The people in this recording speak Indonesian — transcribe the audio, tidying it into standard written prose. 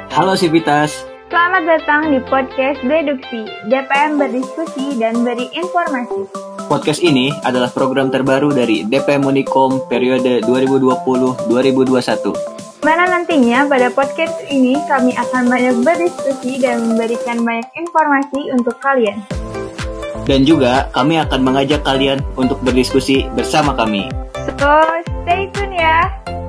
Halo Sivitas. Selamat datang di podcast Deduksi, DPM berdiskusi dan beri informasi. Podcast ini adalah program terbaru dari DPM Unikom periode 2020-2021. Mana nantinya pada podcast ini kami akan banyak berdiskusi dan memberikan banyak informasi untuk kalian. Dan juga kami akan mengajak kalian untuk berdiskusi bersama kami. So, stay tune ya!